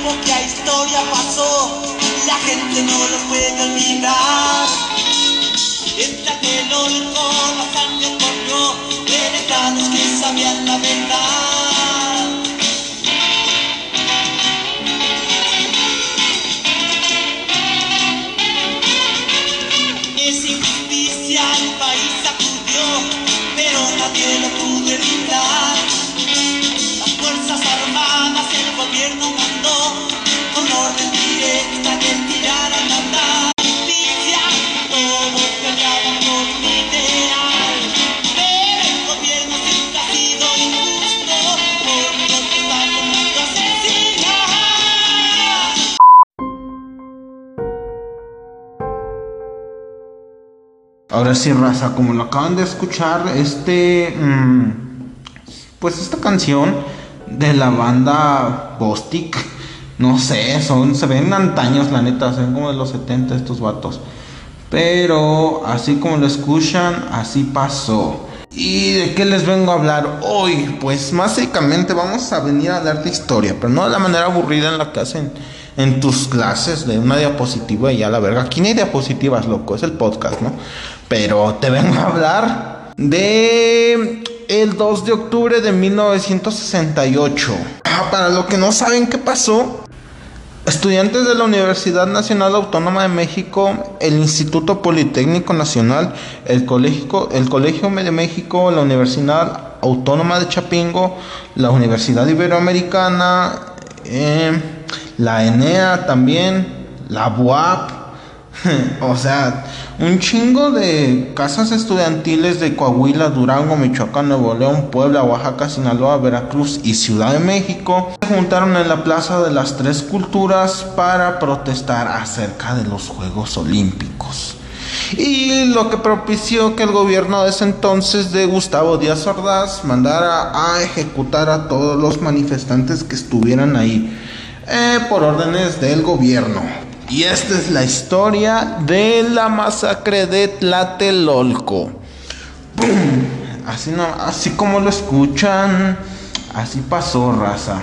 algo que a historia pasó, la gente no lo puede olvidar. En Tlatelolco la sangre corrió de letrados que sabían la verdad. Esa injusticia el país sacudió, pero nadie lo pudo evitar. Las Fuerzas Armadas, el gobierno mandó con orden directa que tiraran a matar. Justicia, todos peleaban por un ideal, pero el gobierno siempre ha sido injusto, por los que están teniendo asesinar. Ahora sí, raza, como lo acaban de escuchar, pues esta canción de la banda Bostik, no sé, se ven antaños, la neta, se ven como de los 70 estos vatos, pero así como lo escuchan, así pasó. ¿Y de qué les vengo a hablar hoy? Pues básicamente vamos a venir a hablar de historia, pero no de la manera aburrida en la que hacen en tus clases, de una diapositiva y ya la verga. Aquí no hay diapositivas, loco, es el podcast, ¿no? Pero te vengo a hablar de el 2 de octubre de 1968. Para los que no saben qué pasó, estudiantes de la Universidad Nacional Autónoma de México, el Instituto Politécnico Nacional, el Colegio de México, la Universidad Autónoma de Chapingo, la Universidad Iberoamericana, la ENEA también, la UAP, o sea, un chingo de casas estudiantiles de Coahuila, Durango, Michoacán, Nuevo León, Puebla, Oaxaca, Sinaloa, Veracruz y Ciudad de México se juntaron en la Plaza de las Tres Culturas para protestar acerca de los Juegos Olímpicos. Y lo que propició que el gobierno de ese entonces de Gustavo Díaz Ordaz mandara a ejecutar a todos los manifestantes que estuvieran ahí por órdenes del gobierno. Y esta es la historia de la masacre de Tlatelolco. ¡Pum! Así como lo escuchan, así pasó, raza.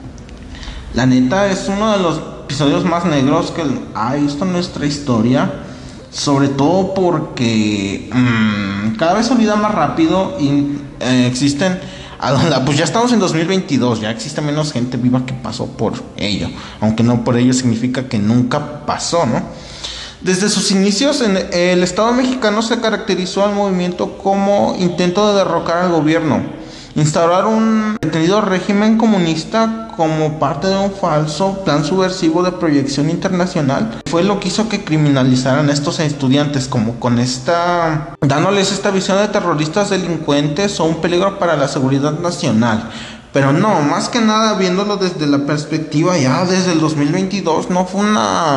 La neta es uno de los episodios más negros que ha visto en nuestra historia. Sobre todo porque cada vez se olvida más rápido y existen... Pues ya estamos en 2022, ya existe menos gente viva que pasó por ello, aunque no por ello significa que nunca pasó, ¿no? Desde sus inicios, el Estado mexicano se caracterizó al movimiento como intento de derrocar al gobierno, instaurar un pretendido régimen comunista como parte de un falso plan subversivo de proyección internacional. Fue lo que hizo que criminalizaran a estos estudiantes, como dándoles esta visión de terroristas delincuentes o un peligro para la seguridad nacional. Pero no, más que nada viéndolo desde la perspectiva ya desde el 2022, no fue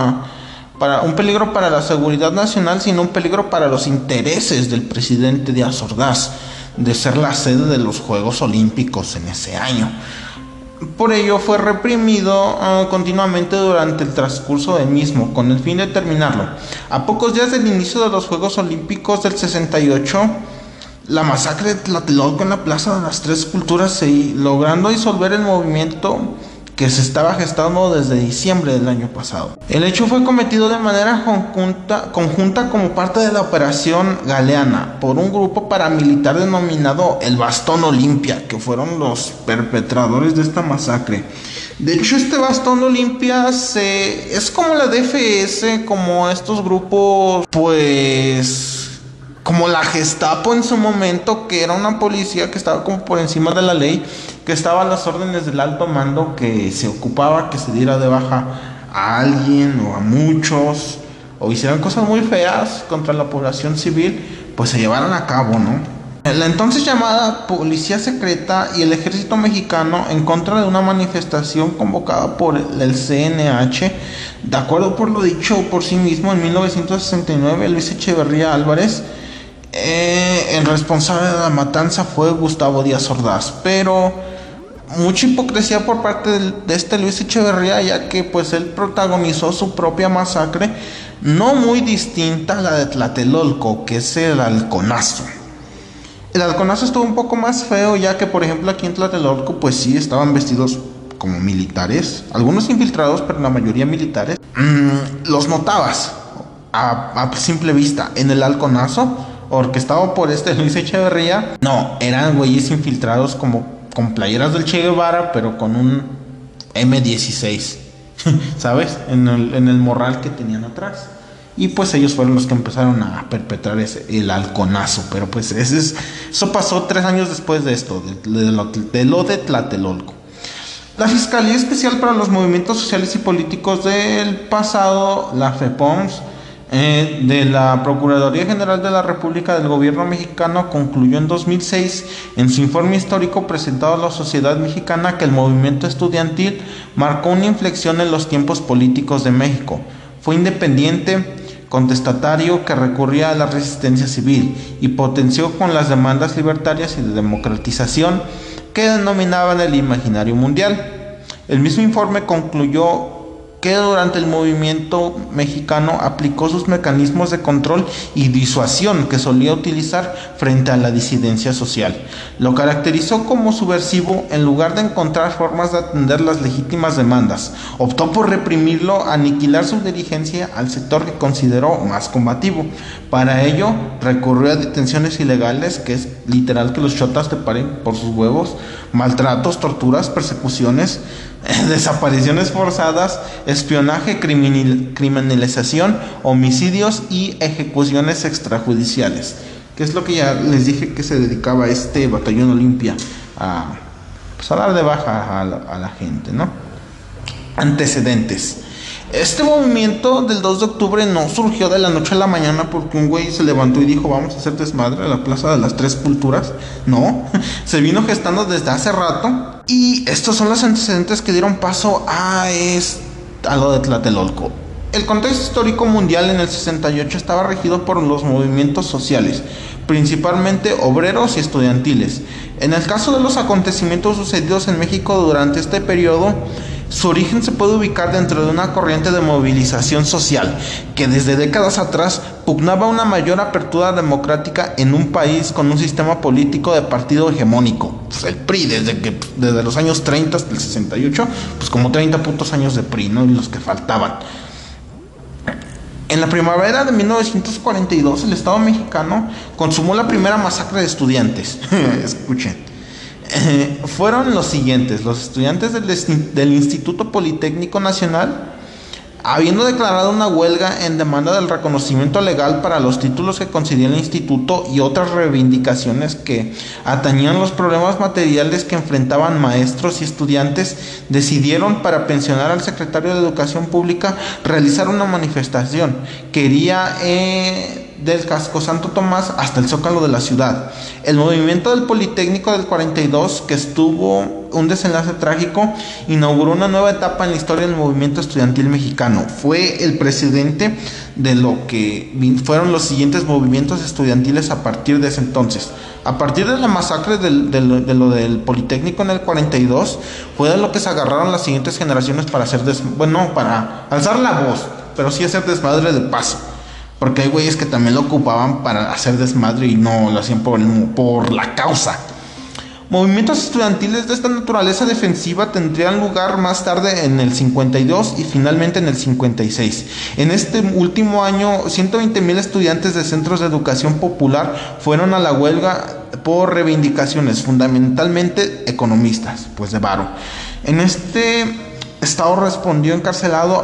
un peligro para la seguridad nacional, sino un peligro para los intereses del presidente Díaz Ordaz de ser la sede de los Juegos Olímpicos en ese año. Por ello fue reprimido continuamente durante el transcurso del mismo, con el fin de terminarlo. A pocos días del inicio de los Juegos Olímpicos del 68, la masacre de Tlatelolco en la Plaza de las Tres Culturas logrando disolver el movimiento que se estaba gestando desde diciembre del año pasado. El hecho fue cometido de manera conjunta como parte de la Operación Galeana por un grupo paramilitar denominado el Bastón Olimpia, que fueron los perpetradores de esta masacre. De hecho, este Bastón Olimpia es como la DFS, como estos grupos, pues... como la Gestapo en su momento, que era una policía que estaba como por encima de la ley, que estaba a las órdenes del alto mando, que se ocupaba que se diera de baja a alguien o a muchos, o hicieran cosas muy feas contra la población civil, pues se llevaran a cabo, ¿no? La entonces llamada Policía Secreta y el Ejército Mexicano en contra de una manifestación convocada por el CNH, de acuerdo por lo dicho por sí mismo en 1969, Luis Echeverría Álvarez, el responsable de la matanza fue Gustavo Díaz Ordaz, pero mucha hipocresía por parte de este Luis Echeverría, ya que pues él protagonizó su propia masacre, no muy distinta a la de Tlatelolco, que es el halconazo. El halconazo estuvo un poco más feo, ya que por ejemplo aquí en Tlatelolco pues sí estaban vestidos como militares, algunos infiltrados, pero la mayoría militares, los notabas a simple vista en el halconazo, orquestado por Luis Echeverría. No, eran güeyes infiltrados como con playeras del Che Guevara, pero con un M16, ¿sabes? En el morral que tenían atrás. Y pues ellos fueron los que empezaron a perpetrar el halconazo. Pero pues eso pasó 3 años después de esto, de lo de Tlatelolco. La Fiscalía Especial para los Movimientos Sociales y Políticos del pasado, la FEPOMS, de la Procuraduría General de la República del Gobierno Mexicano, concluyó en 2006 en su informe histórico presentado a la sociedad mexicana que el movimiento estudiantil marcó una inflexión en los tiempos políticos de México. Fue independiente, contestatario, que recurría a la resistencia civil y potenció con las demandas libertarias y de democratización que denominaban el imaginario mundial. El mismo informe concluyó que durante el movimiento mexicano aplicó sus mecanismos de control y disuasión que solía utilizar frente a la disidencia social. Lo caracterizó como subversivo en lugar de encontrar formas de atender las legítimas demandas. Optó por reprimirlo, aniquilar su dirigencia al sector que consideró más combativo. Para ello recurrió a detenciones ilegales, que es literal que los chotas te paren por sus huevos, maltratos, torturas, persecuciones, desapariciones forzadas, espionaje, criminalización, homicidios y ejecuciones extrajudiciales, que es lo que ya les dije que se dedicaba este batallón Olimpia a dar de baja a la gente, ¿no? Antecedentes. Este movimiento del 2 de octubre no surgió de la noche a la mañana porque un güey se levantó y dijo vamos a hacer desmadre a la Plaza de las Tres Culturas. No, se vino gestando desde hace rato, y estos son los antecedentes que dieron paso a lo de Tlatelolco. El contexto histórico mundial en el 68 estaba regido por los movimientos sociales, principalmente obreros y estudiantiles. En el caso de los acontecimientos sucedidos en México durante este periodo, su origen se puede ubicar dentro de una corriente de movilización social que desde décadas atrás pugnaba una mayor apertura democrática en un país con un sistema político de partido hegemónico. Pues el PRI, desde los años 30 hasta el 68, pues como 30 putos años de PRI, ¿no? Y los que faltaban. En la primavera de 1942, el Estado mexicano consumó la primera masacre de estudiantes. Escuchen. Fueron los siguientes: los estudiantes del Instituto Politécnico Nacional, habiendo declarado una huelga en demanda del reconocimiento legal para los títulos que concedía el instituto y otras reivindicaciones que atañían los problemas materiales que enfrentaban maestros y estudiantes, decidieron, para pensionar al secretario de Educación Pública, realizar una manifestación que iría del Casco Santo Tomás hasta el Zócalo de la ciudad. El movimiento del Politécnico del 42, que estuvo un desenlace trágico, inauguró una nueva etapa en la historia del movimiento estudiantil mexicano. Fue el precedente de lo que fueron los siguientes movimientos estudiantiles a partir de ese entonces. A partir de la masacre de lo del Politécnico en el 42, fue de lo que se agarraron las siguientes generaciones para hacer para alzar la voz, pero sí hacer desmadre de paso. Porque hay güeyes que también lo ocupaban para hacer desmadre y no lo hacían por la causa. Movimientos estudiantiles de esta naturaleza defensiva tendrían lugar más tarde en el 52 y finalmente en el 56. En este último año, 120,000 estudiantes de centros de educación popular fueron a la huelga por reivindicaciones fundamentalmente economistas, pues de varo. En este Estado respondió encarcelado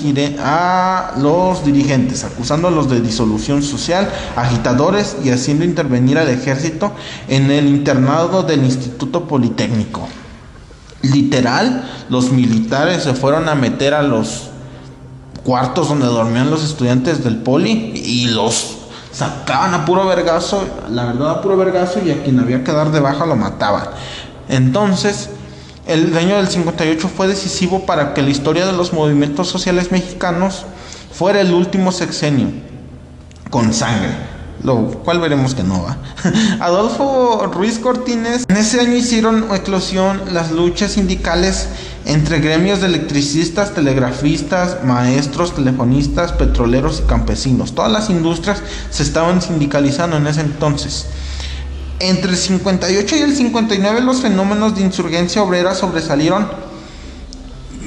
a los dirigentes, acusándolos de disolución social, agitadores, y haciendo intervenir al ejército en el internado del Instituto Politécnico. Literal, los militares se fueron a meter a los cuartos donde dormían los estudiantes del poli y los sacaban a puro vergazo, la verdad a puro vergazo, y a quien había que dar de baja lo mataban. Entonces, el año del 58 fue decisivo para que la historia de los movimientos sociales mexicanos fuera el último sexenio con sangre, lo cual veremos que no va. Adolfo Ruiz Cortines, en ese año hicieron eclosión las luchas sindicales entre gremios de electricistas, telegrafistas, maestros, telefonistas, petroleros y campesinos. Todas las industrias se estaban sindicalizando en ese entonces. Entre el 58 y el 59 los fenómenos de insurgencia obrera sobresalieron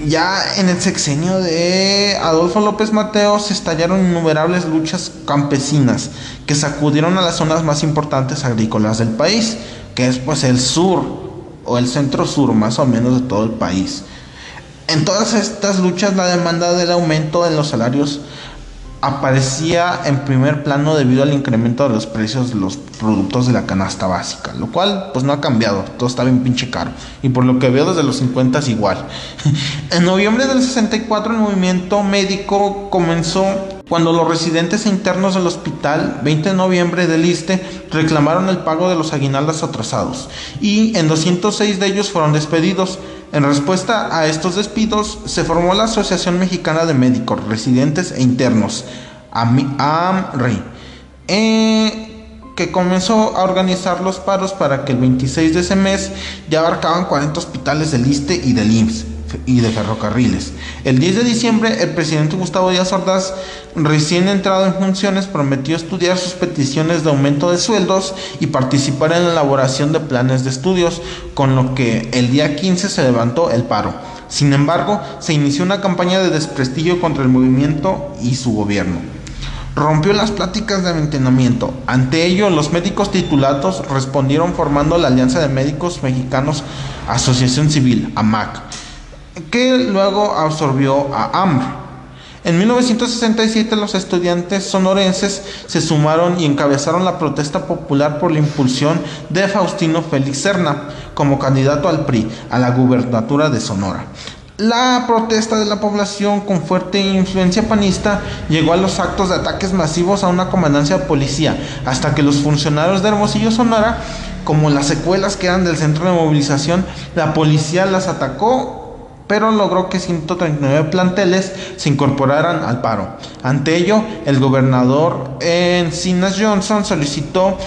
Ya en el sexenio de Adolfo López Mateos se estallaron innumerables luchas campesinas que sacudieron a las zonas más importantes agrícolas del país, que es pues el sur o el centro sur más o menos de todo el país. En todas estas luchas la demanda del aumento en los salarios aparecía en primer plano debido al incremento de los precios de los productos de la canasta básica, lo cual pues no ha cambiado, todo está bien pinche caro, y por lo que veo desde los 50 es igual. En noviembre del 64 el movimiento médico comenzó cuando los residentes internos del hospital 20 de noviembre del ISSSTE reclamaron el pago de los aguinaldos atrasados, y en 206 de ellos fueron despedidos. En respuesta a estos despidos, se formó la Asociación Mexicana de Médicos Residentes e Internos, AMRI, que comenzó a organizar los paros para que el 26 de ese mes ya abarcaban 40 hospitales del ISSSTE y del IMSS y de ferrocarriles. El 10 de diciembre, el presidente Gustavo Díaz Ordaz, recién entrado en funciones, prometió estudiar sus peticiones de aumento de sueldos y participar en la elaboración de planes de estudios, con lo que el día 15 se levantó el paro. Sin embargo, se inició una campaña de desprestigio contra el movimiento y su gobierno. Rompió las pláticas de mantenimiento. Ante ello, los médicos titulados respondieron formando la Alianza de Médicos Mexicanos Asociación Civil, AMAC, que luego absorbió a AMR. En 1967 los estudiantes sonorenses se sumaron y encabezaron la protesta popular por la impulsión de Faustino Félix Serna como candidato al PRI a la gubernatura de Sonora. La protesta de la población con fuerte influencia panista llegó a los actos de ataques masivos a una comandancia de policía, hasta que los funcionarios de Hermosillo, Sonora, como las secuelas que eran del centro de movilización, la policía las atacó, pero logró que 139 planteles se incorporaran al paro. Ante ello, el gobernador Encinas Johnson solicitó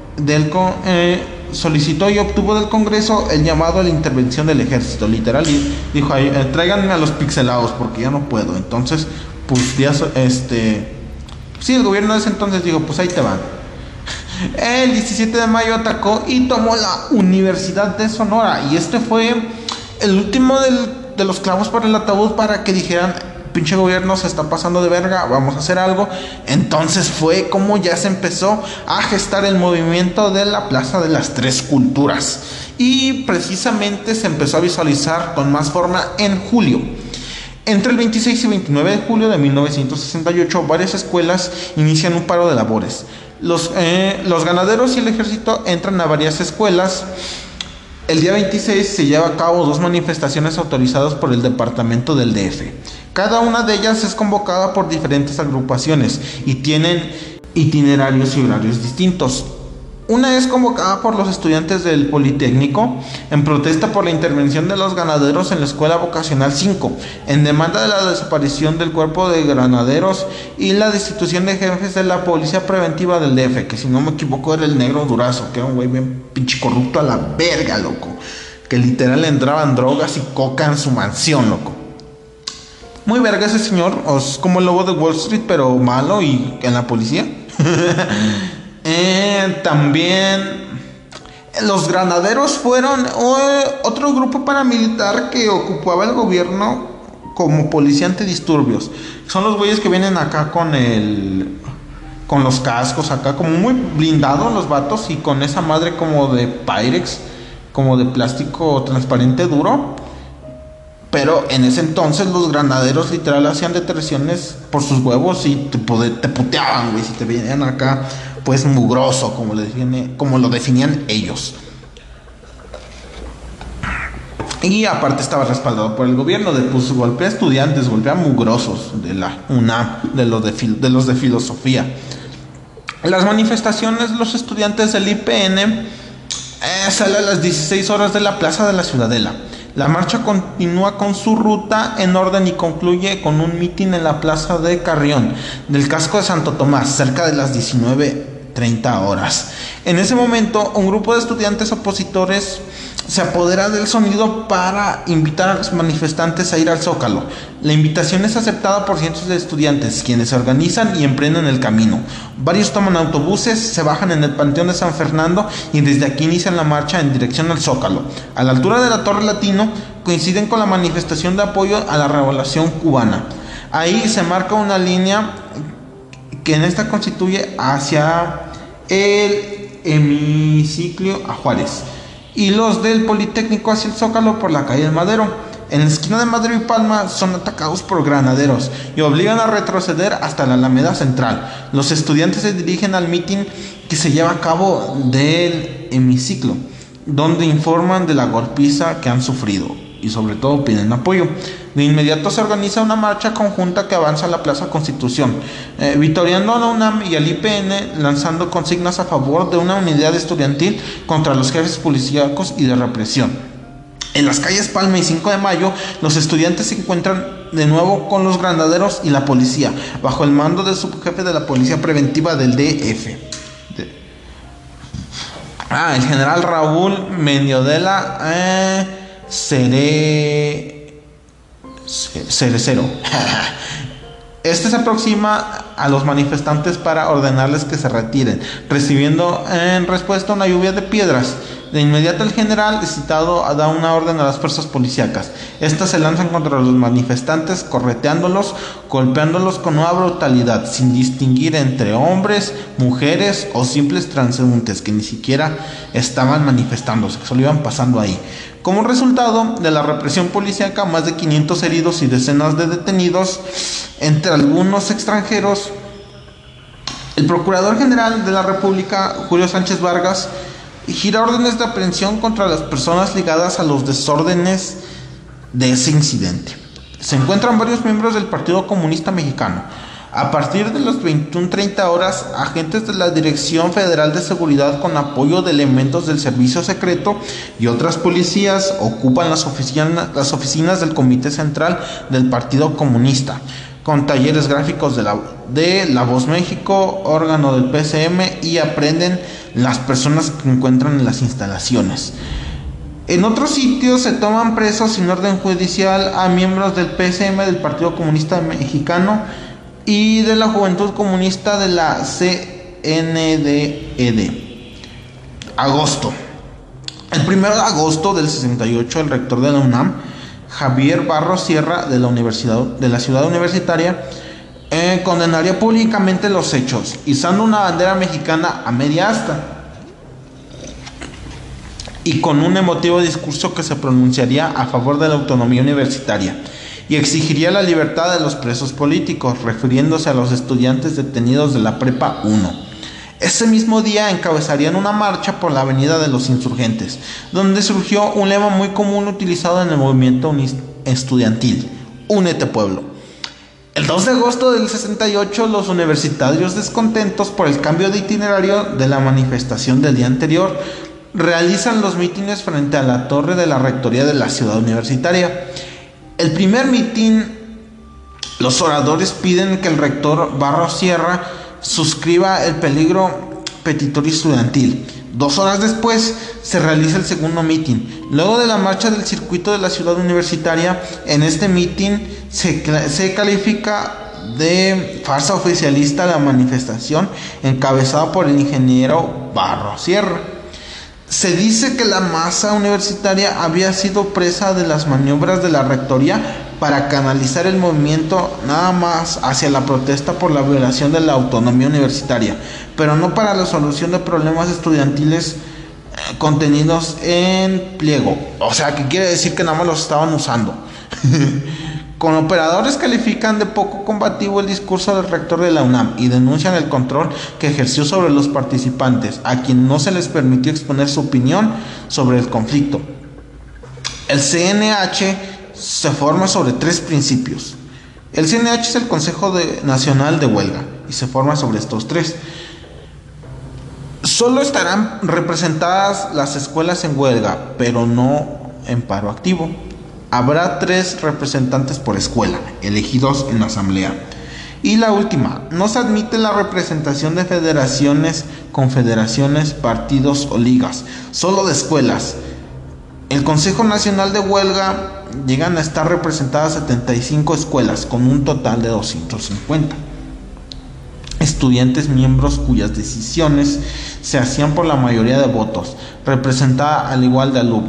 y obtuvo del Congreso el llamado a la intervención del ejército. Literal, dijo, tráiganme a los pixelados porque ya no puedo. Entonces, pues ya, sí, el gobierno de ese entonces dijo, pues ahí te van. El 17 de mayo atacó y tomó la Universidad de Sonora, y este fue el último de los clavos para el ataúd para que dijeran, pinche gobierno se está pasando de verga, vamos a hacer algo. Entonces fue como ya se empezó a gestar el movimiento de la Plaza de las Tres Culturas, y precisamente se empezó a visualizar con más forma en julio. Entre el 26 y 29 de julio de 1968, varias escuelas inician un paro de labores. Los ganaderos y el ejército entran a varias escuelas. El día 26 se lleva a cabo 2 manifestaciones autorizadas por el departamento del DF. Cada una de ellas es convocada por diferentes agrupaciones y tienen itinerarios y horarios distintos. Una es convocada por los estudiantes del Politécnico en protesta por la intervención de los ganaderos en la Escuela Vocacional 5, en demanda de la desaparición del cuerpo de granaderos y la destitución de jefes de la policía preventiva del DF, que si no me equivoco era el Negro Durazo, que era un güey bien pinche corrupto a la verga, loco, que literal entraban drogas y coca en su mansión, loco. Muy verga ese señor, es como el lobo de Wall Street, pero malo y en la policía. También los granaderos fueron otro grupo paramilitar que ocupaba el gobierno como policía antidisturbios. Son los güeyes que vienen acá con los cascos acá, como muy blindados los vatos, y con esa madre como de Pyrex, como de plástico transparente duro. Pero en ese entonces los granaderos literal hacían detenciones por sus huevos y te puteaban, güey, si te venían acá pues mugroso, como lo definían ellos. Y aparte estaba respaldado por el gobierno, pues golpea estudiantes, golpea mugrosos de la UNAM, de los de filosofía. Las manifestaciones de los estudiantes del IPN salen a las 16 horas de la Plaza de la Ciudadela. La marcha continúa con su ruta en orden y concluye con un mitin en la Plaza de Carrión del casco de Santo Tomás, cerca de las 19:30 horas. En ese momento, un grupo de estudiantes opositores se apodera del sonido para invitar a los manifestantes a ir al Zócalo. La invitación es aceptada por cientos de estudiantes, quienes se organizan y emprenden el camino. Varios toman autobuses, se bajan en el Panteón de San Fernando y desde aquí inician la marcha en dirección al Zócalo. A la altura de la Torre Latino coinciden con la manifestación de apoyo a la revolución cubana. Ahí se marca una línea que en esta constituye hacia el hemiciclo a Juárez y los del Politécnico hacia el Zócalo por la calle del Madero. En la esquina de Madero y Palma son atacados por granaderos y obligan a retroceder hasta la Alameda Central. Los estudiantes se dirigen al mitin que se lleva a cabo del hemiciclo, donde informan de la golpiza que han sufrido y sobre todo piden apoyo. De inmediato se organiza una marcha conjunta que avanza a la Plaza Constitución, victoriando a la UNAM y al IPN, lanzando consignas a favor de una unidad estudiantil contra los jefes policíacos y de represión. En las calles Palma y 5 de Mayo, los estudiantes se encuentran de nuevo con los granaderos y la policía, bajo el mando del subjefe de la Policía Preventiva del DF. El general Raúl Mendiodela Cerecero. Este se aproxima a los manifestantes para ordenarles que se retiren, recibiendo en respuesta una lluvia de piedras. De inmediato el general citado da una orden a las fuerzas policíacas. Estas se lanzan contra los manifestantes, correteándolos, golpeándolos con nueva brutalidad, sin distinguir entre hombres, mujeres o simples transeúntes que ni siquiera estaban manifestándose, que solo iban pasando ahí. Como resultado de la represión policíaca, más de 500 heridos y decenas de detenidos, entre algunos extranjeros. El Procurador General de la República, Julio Sánchez Vargas, gira órdenes de aprehensión contra las personas ligadas a los desórdenes de ese incidente. Se encuentran varios miembros del Partido Comunista Mexicano. A partir de las 21:30 horas, agentes de la Dirección Federal de Seguridad, con apoyo de elementos del Servicio Secreto y otras policías, ocupan las oficinas del Comité Central del Partido Comunista, con talleres gráficos de La Voz México, órgano del PCM, y aprenden las personas que encuentran en las instalaciones. En otros sitios se toman presos sin orden judicial a miembros del PCM, del Partido Comunista Mexicano y de la Juventud Comunista de la CNDED. Agosto. El 1 de agosto del 68, el rector de la UNAM, Javier Barros Sierra, de la ciudad universitaria, condenaría públicamente los hechos, izando una bandera mexicana a media asta y con un emotivo discurso que se pronunciaría a favor de la autonomía universitaria y exigiría la libertad de los presos políticos, refiriéndose a los estudiantes detenidos de la Prepa 1. Ese mismo día encabezarían una marcha por la Avenida de los Insurgentes, donde surgió un lema muy común utilizado en el movimiento estudiantil: Únete, pueblo. El 2 de agosto del 68, los universitarios, descontentos por el cambio de itinerario de la manifestación del día anterior, realizan los mítines frente a la torre de la rectoría de la ciudad universitaria. El primer mitin, los oradores piden que el rector Barros Sierra suscriba el peligro petitorio estudiantil. 2 horas después se realiza el segundo mitin. Luego de la marcha del circuito de la ciudad universitaria, en este mitin se califica de farsa oficialista la manifestación encabezada por el ingeniero Barros Sierra. Se dice que la masa universitaria había sido presa de las maniobras de la rectoría para canalizar el movimiento nada más hacia la protesta por la violación de la autonomía universitaria, pero no para la solución de problemas estudiantiles contenidos en pliego. O sea, que quiere decir que nada más los estaban usando. Con operadores califican de poco combativo el discurso del rector de la UNAM y denuncian el control que ejerció sobre los participantes, a quien no se les permitió exponer su opinión sobre el conflicto. El CNH se forma sobre 3 principios. El CNH es el Consejo Nacional de Huelga y se forma sobre estos 3. Solo estarán representadas las escuelas en huelga, pero no en paro activo. Habrá 3 representantes por escuela, elegidos en la asamblea. Y la última, no se admite la representación de federaciones, confederaciones, partidos o ligas, solo de escuelas. El Consejo Nacional de Huelga llegan a estar representadas 75 escuelas, con un total de 250 estudiantes miembros cuyas decisiones se hacían por la mayoría de votos, representada al igual de alumnos.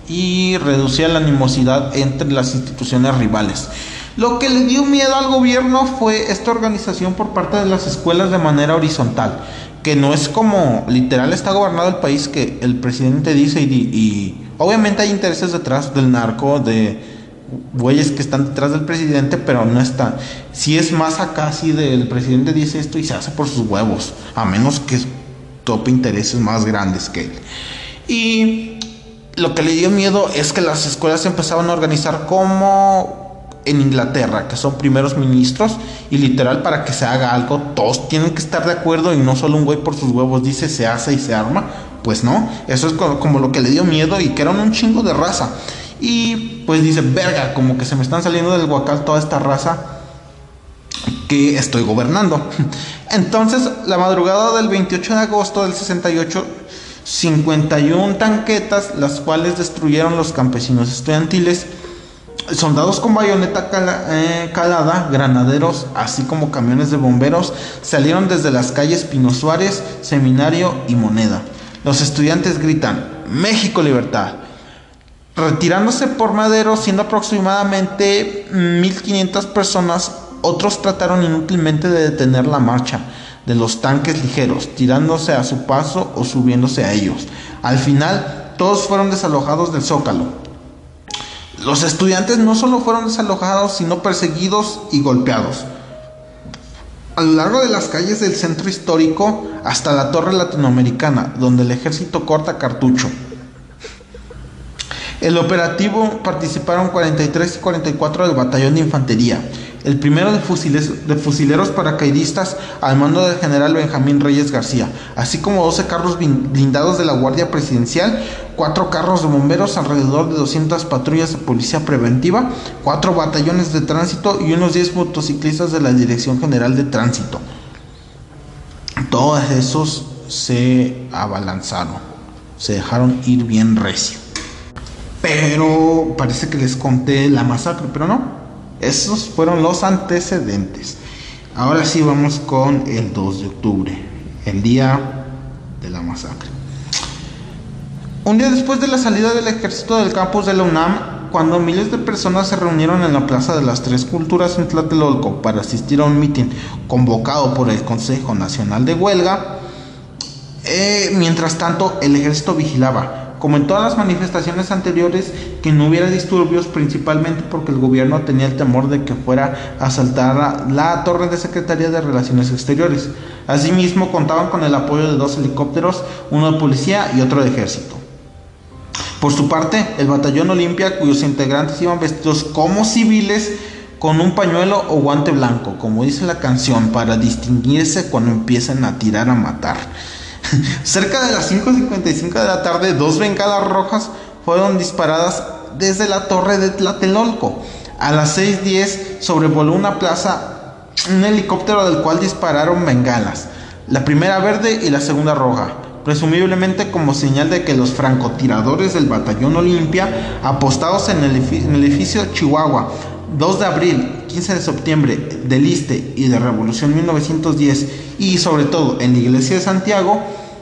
y reducía la animosidad entre las instituciones rivales. Lo que le dio miedo al gobierno fue esta organización por parte de las escuelas de manera horizontal, que no es como literal está gobernado el país que el presidente dice y obviamente hay intereses detrás del narco, de güeyes que están detrás del presidente, pero no está. Si es más acá, si el presidente dice esto y se hace por sus huevos, a menos que tope intereses más grandes que él. Y lo que le dio miedo es que las escuelas se empezaban a organizar como en Inglaterra, que son primeros ministros, y literal para que se haga algo todos tienen que estar de acuerdo y no solo un güey por sus huevos dice se hace y se arma. Pues no, eso es como lo que le dio miedo, y que eran un chingo de raza. Y pues dice, verga, como que se me están saliendo del huacal toda esta raza que estoy gobernando. Entonces, la madrugada del 28 de agosto del 68, 51 tanquetas, las cuales destruyeron los campesinos estudiantiles, soldados con bayoneta calada, granaderos, así como camiones de bomberos, salieron desde las calles Pino Suárez, Seminario y Moneda. Los estudiantes gritan, México libertad, retirándose por Madero, siendo aproximadamente 1500 personas. Otros trataron inútilmente de detener la marcha de los tanques ligeros, tirándose a su paso o subiéndose a ellos. Al final, todos fueron desalojados del Zócalo. Los estudiantes no solo fueron desalojados, sino perseguidos y golpeados. A lo largo de las calles del centro histórico hasta la Torre Latinoamericana, donde el ejército corta cartucho. El operativo participaron 43 y 44 del batallón de infantería, el primero de fusileros paracaidistas al mando del general Benjamín Reyes García, así como 12 carros blindados de la Guardia Presidencial, 4 carros de bomberos, alrededor de 200 patrullas de policía preventiva, 4 batallones de tránsito y unos 10 motociclistas de la Dirección General de Tránsito. Todos esos se abalanzaron, se dejaron ir bien recio. Pero parece que les conté la masacre, pero no. Esos fueron los antecedentes. Ahora sí vamos con el 2 de octubre, el día de la masacre. Un día después de la salida del ejército del campus de la UNAM, cuando miles de personas se reunieron en la Plaza de las Tres Culturas en Tlatelolco para asistir a un mitin convocado por el Consejo Nacional de Huelga, mientras tanto el ejército vigilaba, como en todas las manifestaciones anteriores, que no hubiera disturbios, principalmente porque el gobierno tenía el temor de que fuera a asaltar la torre de Secretaría de Relaciones Exteriores. Asimismo, contaban con el apoyo de 2 helicópteros, uno de policía y otro de ejército. Por su parte, el batallón Olimpia, cuyos integrantes iban vestidos como civiles, con un pañuelo o guante blanco, como dice la canción, para distinguirse cuando empiecen a tirar a matar. Cerca de las 5:55 de la tarde, 2 bengalas rojas fueron disparadas desde la torre de Tlatelolco. A las 6:10 sobrevoló una plaza un helicóptero del cual dispararon bengalas, la primera verde y la segunda roja, presumiblemente como señal de que los francotiradores del batallón Olimpia, apostados en el edificio Chihuahua, 2 de abril, 15 de septiembre, del ISSSTE y de Revolución 1910, y sobre todo en la iglesia de Santiago,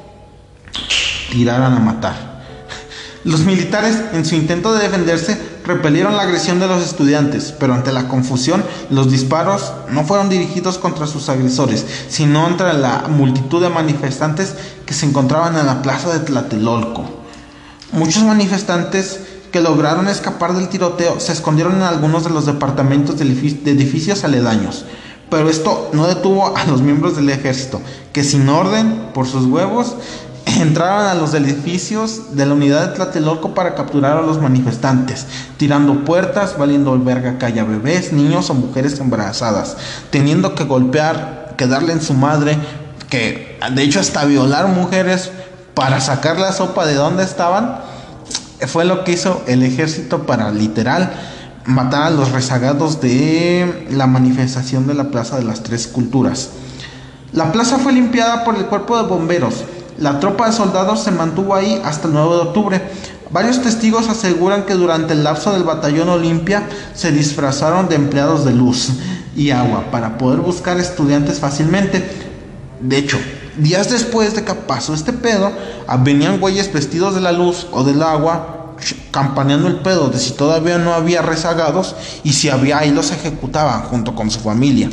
tiraran a matar. Los militares, en su intento de defenderse, repelieron la agresión de los estudiantes, pero ante la confusión, los disparos no fueron dirigidos contra sus agresores, sino contra la multitud de manifestantes que se encontraban en la plaza de Tlatelolco. Muchos manifestantes que lograron escapar del tiroteo se escondieron en algunos de los departamentos de edificios aledaños, pero esto no detuvo a los miembros del ejército, que sin orden, por sus huevos, entraron a los edificios de la unidad de Tlatelolco para capturar a los manifestantes, tirando puertas, valiendo verga calle a bebés, niños o mujeres embarazadas, teniendo que golpear, que darle en su madre, que de hecho hasta violar mujeres para sacar la sopa de donde estaban. Fue lo que hizo el ejército para literal matar a los rezagados de la manifestación de la Plaza de las Tres Culturas. La plaza fue limpiada por el cuerpo de bomberos. La tropa de soldados se mantuvo ahí hasta el 9 de octubre. Varios testigos aseguran que durante el lapso del batallón Olimpia se disfrazaron de empleados de luz y agua para poder buscar estudiantes fácilmente. De hecho, días después de que pasó este pedo, venían güeyes vestidos de la luz o del agua, campaneando el pedo de si todavía no había rezagados, y si había, ahí los ejecutaban junto con su familia.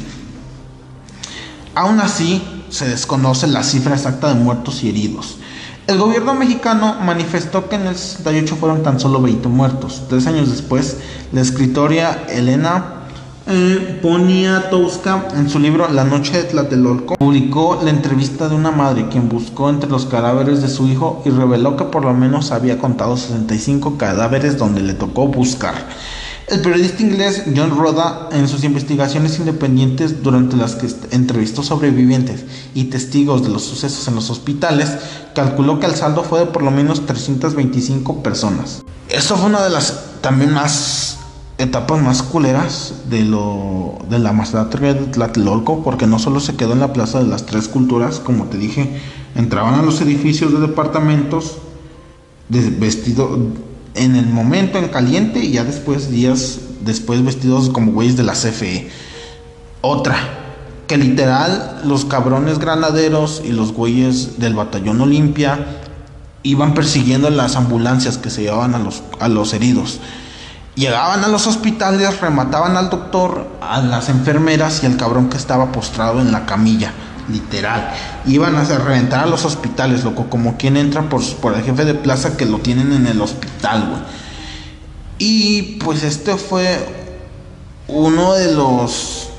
Aún así, se desconoce la cifra exacta de muertos y heridos. El gobierno mexicano manifestó que en el 68 fueron tan solo 20 muertos. 3 años después, la escritora Elena Poniatowska, en su libro La noche de Tlatelolco, publicó la entrevista de una madre quien buscó entre los cadáveres de su hijo y reveló que por lo menos había contado 65 cadáveres donde le tocó buscar. El periodista inglés John Roda, en sus investigaciones independientes durante las que entrevistó sobrevivientes y testigos de los sucesos en los hospitales, calculó que el saldo fue de por lo menos 325 personas. Esto fue una de las también etapas más culeras de la masacre de Tlatelolco, porque no solo se quedó en la Plaza de las Tres Culturas, como te dije, entraban a los edificios de departamentos vestidos en el momento en caliente, y ya después, días después, vestidos como güeyes de la CFE. Otra, que literal los cabrones granaderos y los güeyes del batallón Olimpia iban persiguiendo las ambulancias que se llevaban a los heridos. Llegaban a los hospitales, remataban al doctor, a las enfermeras y al cabrón que estaba postrado en la camilla. Literal, iban a reventar a los hospitales, loco, como quien entra por el jefe de plaza que lo tienen en el hospital, güey. Y pues este fue uno de los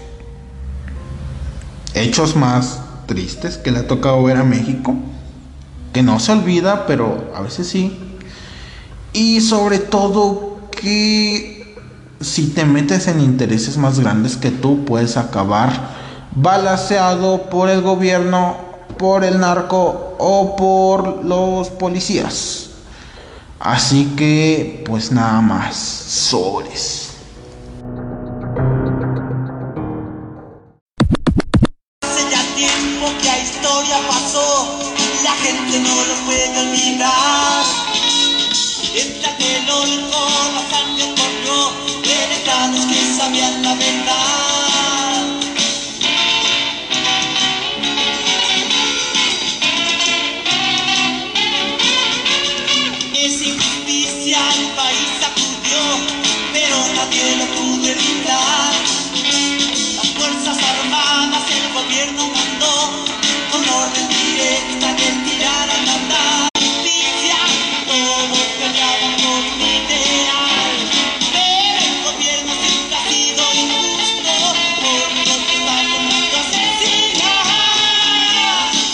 hechos más tristes que le ha tocado ver a México, que no se olvida, pero a veces sí. Y sobre todo que si te metes en intereses más grandes que tú, puedes acabar balaceado por el gobierno, por el narco o por los policías. Así que pues nada más, sobres. Hace ya tiempo que la historia pasó, la gente no lo puede olvidar. En Tlatelolco la sangre corrió de letrados que sabían la verdad. Esa injusticia el país sacudió, pero nadie lo pudo evitar.